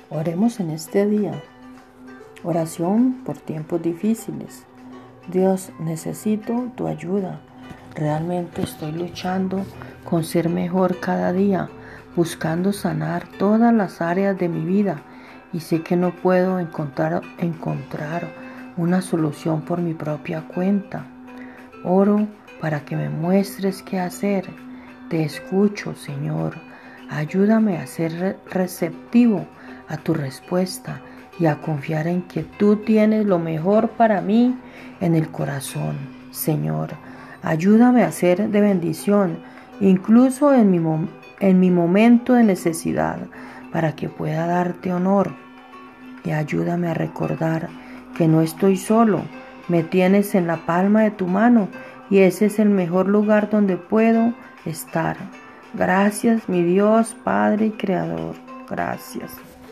Oremos en este día. Oración por tiempos difíciles. Dios, necesito tu ayuda. Realmente estoy luchando con ser mejor cada día, buscando sanar todas las áreas de mi vida y sé que no puedo encontrar una solución por mi propia cuenta. Oro para que me muestres qué hacer. Te escucho, Señor. Ayúdame a ser receptivo a tu respuesta y a confiar en que tú tienes lo mejor para mí en el corazón. Señor, ayúdame a ser de bendición, incluso en mi momento de necesidad, para que pueda darte honor. Y ayúdame a recordar que no estoy solo, me tienes en la palma de tu mano y ese es el mejor lugar donde puedo estar. Gracias, mi Dios, Padre y Creador. Gracias.